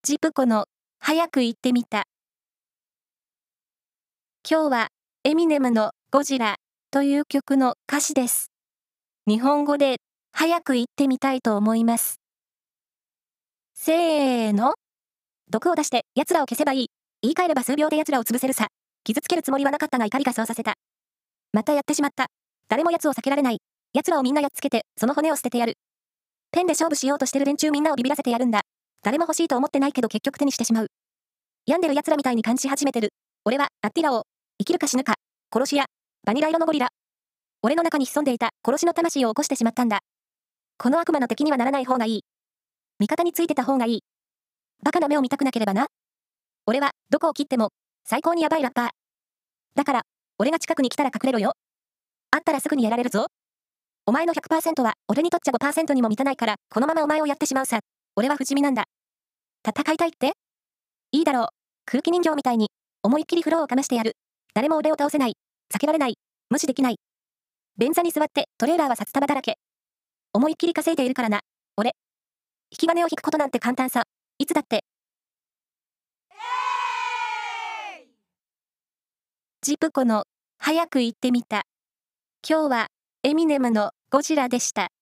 ジプコの早く言ってみた。今日はエミネムのゴジラという曲の歌詞です。日本語で早く言ってみたいと思います。せーの。毒を出して奴らを消せばいい。言い換えれば数秒で奴らを潰せるさ。傷つけるつもりはなかったが怒りがそうさせた。またやってしまった。誰も奴を避けられない。奴らをみんなやっつけて、その骨を捨ててやる。ペンで勝負しようとしてる連中みんなをビビらせてやるんだ。誰も欲しいと思ってないけど結局手にしてしまう。病んでる奴らみたいに感じ始めてる。俺は、アッティラ王。生きるか死ぬか。殺し屋。バニラ色のゴリラ。俺の中に潜んでいた殺しの魂を起こしてしまったんだ。この悪魔の敵にはならない方がいい。味方についてた方がいい。バカな目を見たくなければな。俺は、どこを切っても、最高にヤバいラッパー。だから、俺が近くに来たら隠れろよ。会ったらすぐにやられるぞ。お前の 100% は、俺にとっちゃ 5% にも満たないから、このままお前をやってしまうさ。俺は不死身なんだ。戦いたいって？いいだろう。空気人形みたいに、思いっきりフローをかましてやる。誰も俺を倒せない。避けられない。無視できない。便座に座って、トレーラーは札束だらけ。思いっきり稼いでいるからな。俺。引き金を引くことなんて簡単さ。いつだって。ジプコの早く言ってみた。今日はエミネムのゴジラでした。